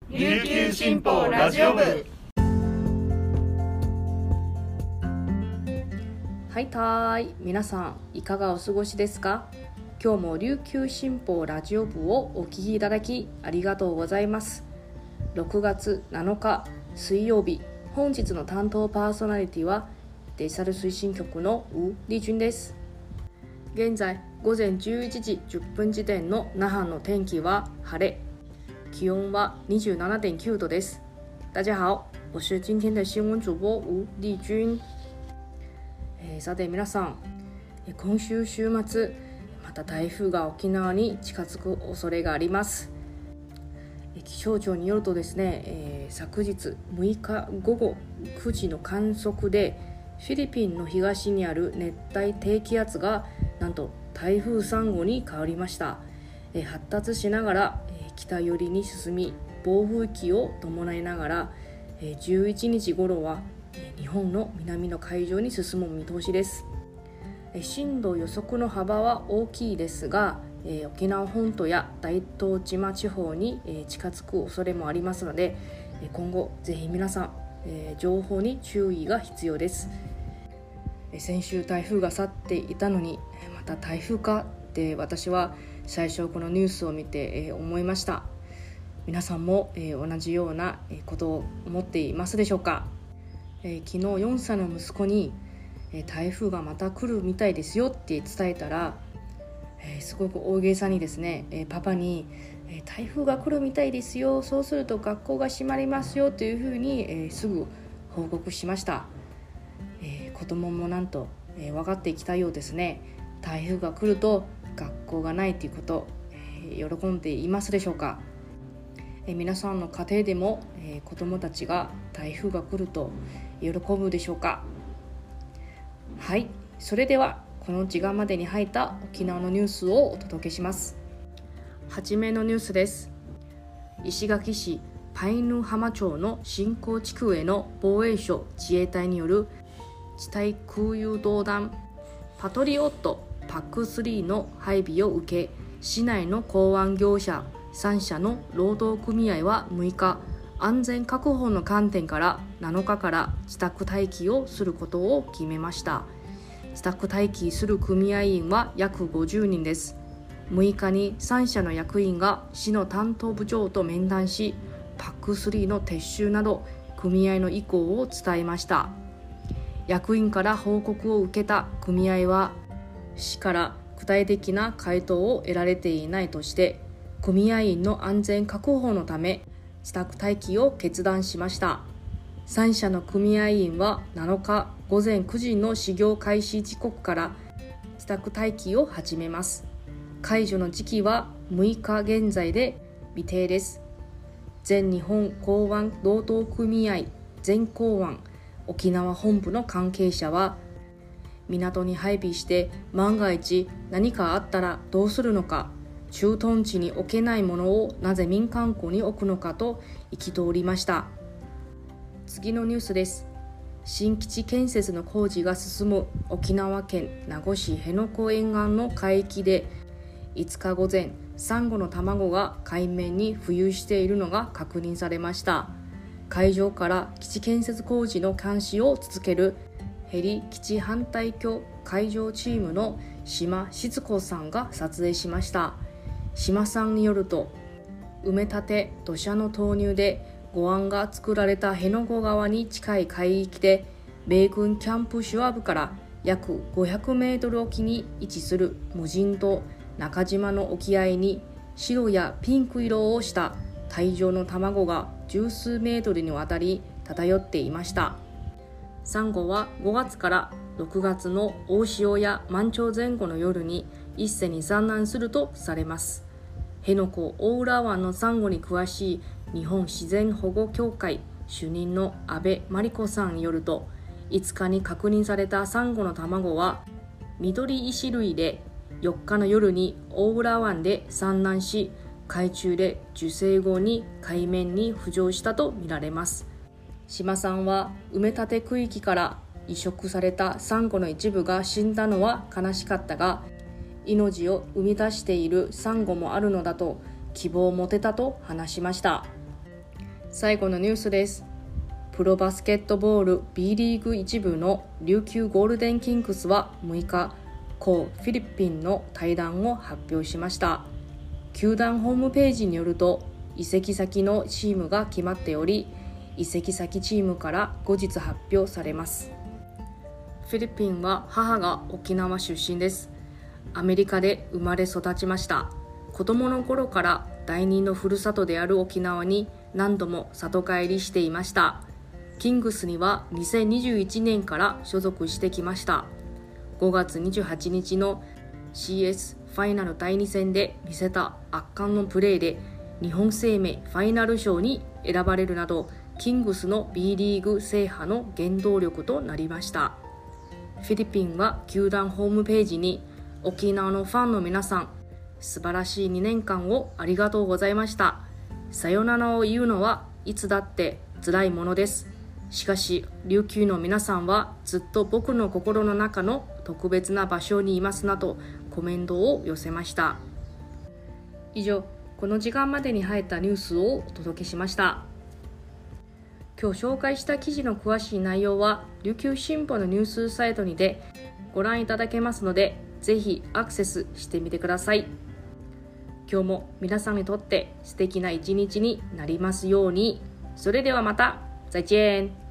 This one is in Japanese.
琉球新報ラジオ部。 はいたーい、皆さんいかがお過ごしですか？今日も琉球新報ラジオ部をお聞きいただきありがとうございます。6月7日水曜日、本日の担当パーソナリティはデジタル推進局のウ・リジュンです。現在午前11時10分時点の那覇の天気は晴れ、気温は 27.9 度です。大家好，我是今天的新聞主播吴丽君。さて皆さん、今週週末また台風が沖縄に近づく恐れがあります。気象庁によるとですね、昨日6日午後9時の観測でフィリピンの東にある熱帯低気圧がなんと台風3号に変わりました。発達しながら北寄りに進み、暴風域を伴いながら11日頃は日本の南の海上に進む見通しです。進路予測の幅は大きいですが、沖縄本島や大東島地方に近づく恐れもありますので、今後ぜひ皆さん情報に注意が必要です。先週台風が去っていたのにまた台風かって私は最初このニュースを見て思いました。皆さんも同じようなことを思っていますでしょうか？昨日4歳の息子に台風がまた来るみたいですよって伝えたら、すごく大げさにですね、パパに台風が来るみたいですよ、そうすると学校が閉まりますよというふうにすぐ報告しました。子供もなんと分かってきたようですね。台風が来ると学校がないということ、喜んでいますでしょうか？皆さんの家庭でも子供たちが台風が来ると喜ぶでしょうか？はい、それではこの時間までに入った沖縄のニュースをお届けします。はじめのニュースです。石垣市パイヌ浜町の新興地区への防衛省自衛隊による地対空誘導弾パトリオット PAC3 の配備を受け、市内の港湾業者3社の労働組合は6日、安全確保の観点から7日から自宅待機をすることを決めました。自宅待機する組合員は約50人です。6日に3社の役員が市の担当部長と面談し、PAC3 の撤収など組合の意向を伝えました。役員から報告を受けた組合は市から具体的な回答を得られていないとして、組合員の安全確保のため自宅待機を決断しました。3社の組合員は7日午前9時の始業開始時刻から自宅待機を始めます。解除の時期は6日現在で未定です。全日本港湾労働組合全港湾沖縄本部の関係者は、港に配備して万が一何かあったらどうするのか、駐屯地に置けないものをなぜ民間港に置くのかと憤りました。次のニュースです。新基地建設の工事が進む沖縄県名護市辺野古沿岸の海域で5日午前、サンゴの卵が海面に浮遊しているのが確認されました。海上から基地建設工事の監視を続けるヘリ基地反対橋海上チームの島静子さんが撮影しました。島さんによると、埋め立て土砂の投入で護岸が作られた辺野古側に近い海域で、米軍キャンプシュワブから約500メートル沖に位置する無人島中島の沖合に白やピンク色をした大量の卵が十数メートルにわたり漂っていました。サンゴは5月から6月の大潮や満潮前後の夜に一斉に産卵するとされます。辺野古大浦湾のサンゴに詳しい日本自然保護協会主任の安倍真理子さんによると、5日に確認されたサンゴの卵は緑石類で、4日の夜に大浦湾で産卵し、海中で受精後に海面に浮上したとみられます。島さんは埋め立て区域から移植されたサンゴの一部が死んだのは悲しかったが、命を生み出しているサンゴもあるのだと希望を持てたと話しました。 最後のニュースです。プロバスケットボール B リーグ1部の琉球ゴールデンキングスは6日、フィリピンの退団を発表しました。球団ホームページによると、移籍先のチームが決まっており、移籍先チームから後日発表されます。フィリピンは母が沖縄出身です。アメリカで生まれ育ちました。子供の頃から第二のふるさとである沖縄に何度も里帰りしていました。キングスには2021年から所属してきました。5月28日の CS ファイナル第2戦で見せた圧巻のプレーで日本生命ファイナル賞に選ばれるなど、キングスの B リーグ制覇の原動力となりました。フィリピンは球団ホームページに、沖縄のファンの皆さん、素晴らしい2年間をありがとうございました。さよならを言うのはいつだって辛いものです。しかし琉球の皆さんはずっと僕の心の中の特別な場所にいますなとコメントを寄せました。以上、この時間までに入ったニュースをお届けしました。今日紹介した記事の詳しい内容は琉球新報のニュースサイトにてご覧いただけますので、ぜひアクセスしてみてください。今日も皆さんにとって素敵な一日になりますように。それではまた。再见。